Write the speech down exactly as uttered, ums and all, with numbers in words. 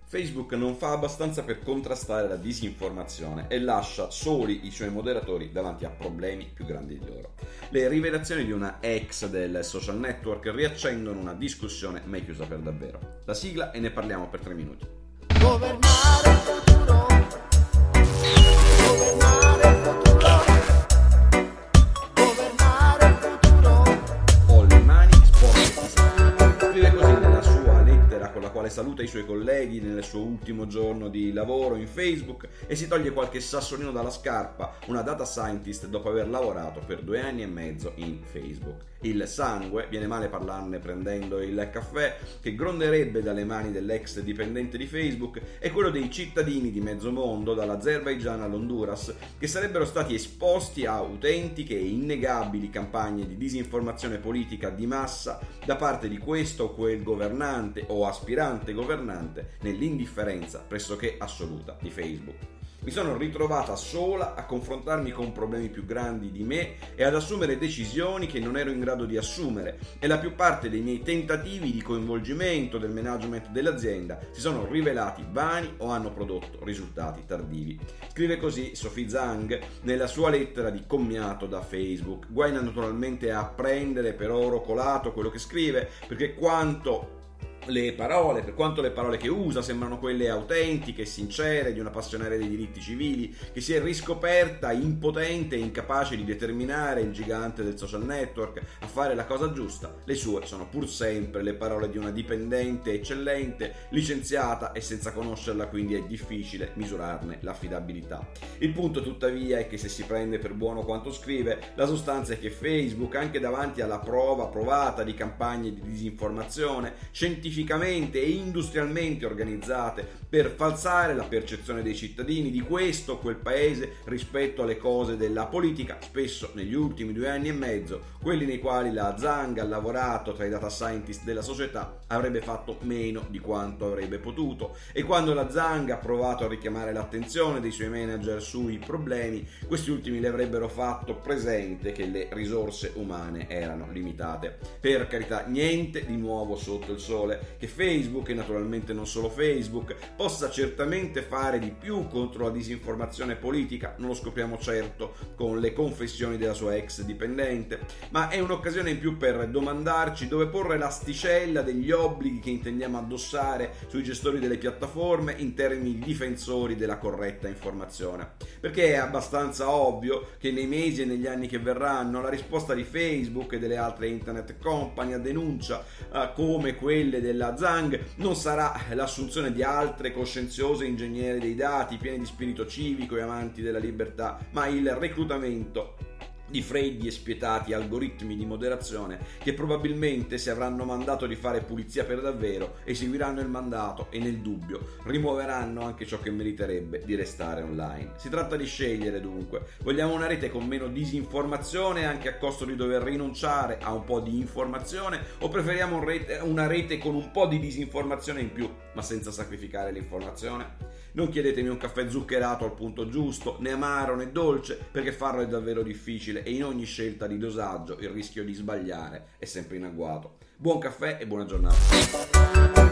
Facebook non fa abbastanza per contrastare la disinformazione e lascia soli i suoi moderatori davanti a problemi più grandi di loro. Le rivelazioni di una ex del social network riaccendono una discussione mai chiusa per davvero. La sigla e ne parliamo per tre minuti. Governare il futuro. Governare il futuro. Governare il futuro. Ho le mani sporche. Scrive così nella sua lettera con la quale saluta i suoi colleghi nel suo ultimo giorno di lavoro in Facebook e si toglie qualche sassolino dalla scarpa, una data scientist dopo aver lavorato per due anni e mezzo in Facebook. Il sangue, viene male parlarne prendendo il caffè, che gronderebbe dalle mani dell'ex dipendente di Facebook, è quello dei cittadini di mezzo mondo, dall'Azerbaigian all'Honduras, che sarebbero stati esposti a autentiche e innegabili campagne di disinformazione politica di massa da parte di questo o quel governante o aspirante governante nell'indifferenza pressoché assoluta di Facebook. Mi sono ritrovata sola a confrontarmi con problemi più grandi di me e ad assumere decisioni che non ero in grado di assumere, e la più parte dei miei tentativi di coinvolgimento del management dell'azienda si sono rivelati vani o hanno prodotto risultati tardivi. Scrive così Sophie Zhang nella sua lettera di commiato da Facebook. Guai naturalmente a prendere per oro colato quello che scrive, perché quanto le parole, per quanto le parole che usa sembrano quelle autentiche e sincere di una passionaria dei diritti civili che si è riscoperta impotente e incapace di determinare il gigante del social network a fare la cosa giusta, le sue sono pur sempre le parole di una dipendente eccellente, licenziata e senza conoscerla, quindi è difficile misurarne l'affidabilità. Il punto tuttavia è che se si prende per buono quanto scrive, la sostanza è che Facebook, anche davanti alla prova provata di campagne di disinformazione scientificamente e industrialmente organizzate per falsare la percezione dei cittadini di questo o quel paese rispetto alle cose della politica, spesso negli ultimi due anni e mezzo, quelli nei quali la Zhang ha lavorato tra i data scientist della società, avrebbe fatto meno di quanto avrebbe potuto, e quando la Zhang ha provato a richiamare l'attenzione dei suoi manager sui problemi, questi ultimi le avrebbero fatto presente che le risorse umane erano limitate. Per carità, niente di nuovo sotto il sole. Che Facebook, e naturalmente non solo Facebook, possa certamente fare di più contro la disinformazione politica non lo scopriamo certo con le confessioni della sua ex dipendente, ma è un'occasione in più per domandarci dove porre l'asticella degli obblighi che intendiamo addossare sui gestori delle piattaforme in termini di difensori della corretta informazione, perché è abbastanza ovvio che nei mesi e negli anni che verranno la risposta di Facebook e delle altre internet company a denuncia uh, come quelle della Zhang non sarà l'assunzione di altre coscienziose ingegneri dei dati pieni di spirito civico e amanti della libertà, ma il reclutamento di freddi e spietati algoritmi di moderazione che probabilmente, se avranno mandato di fare pulizia per davvero, eseguiranno il mandato e nel dubbio rimuoveranno anche ciò che meriterebbe di restare online. Si tratta di scegliere dunque: vogliamo una rete con meno disinformazione anche a costo di dover rinunciare a un po' di informazione, o preferiamo un rete, una rete con un po' di disinformazione in più ma senza sacrificare l'informazione? Non chiedetemi un caffè zuccherato al punto giusto, né amaro né dolce, perché farlo è davvero difficile e in ogni scelta di dosaggio il rischio di sbagliare è sempre in agguato. Buon caffè e buona giornata.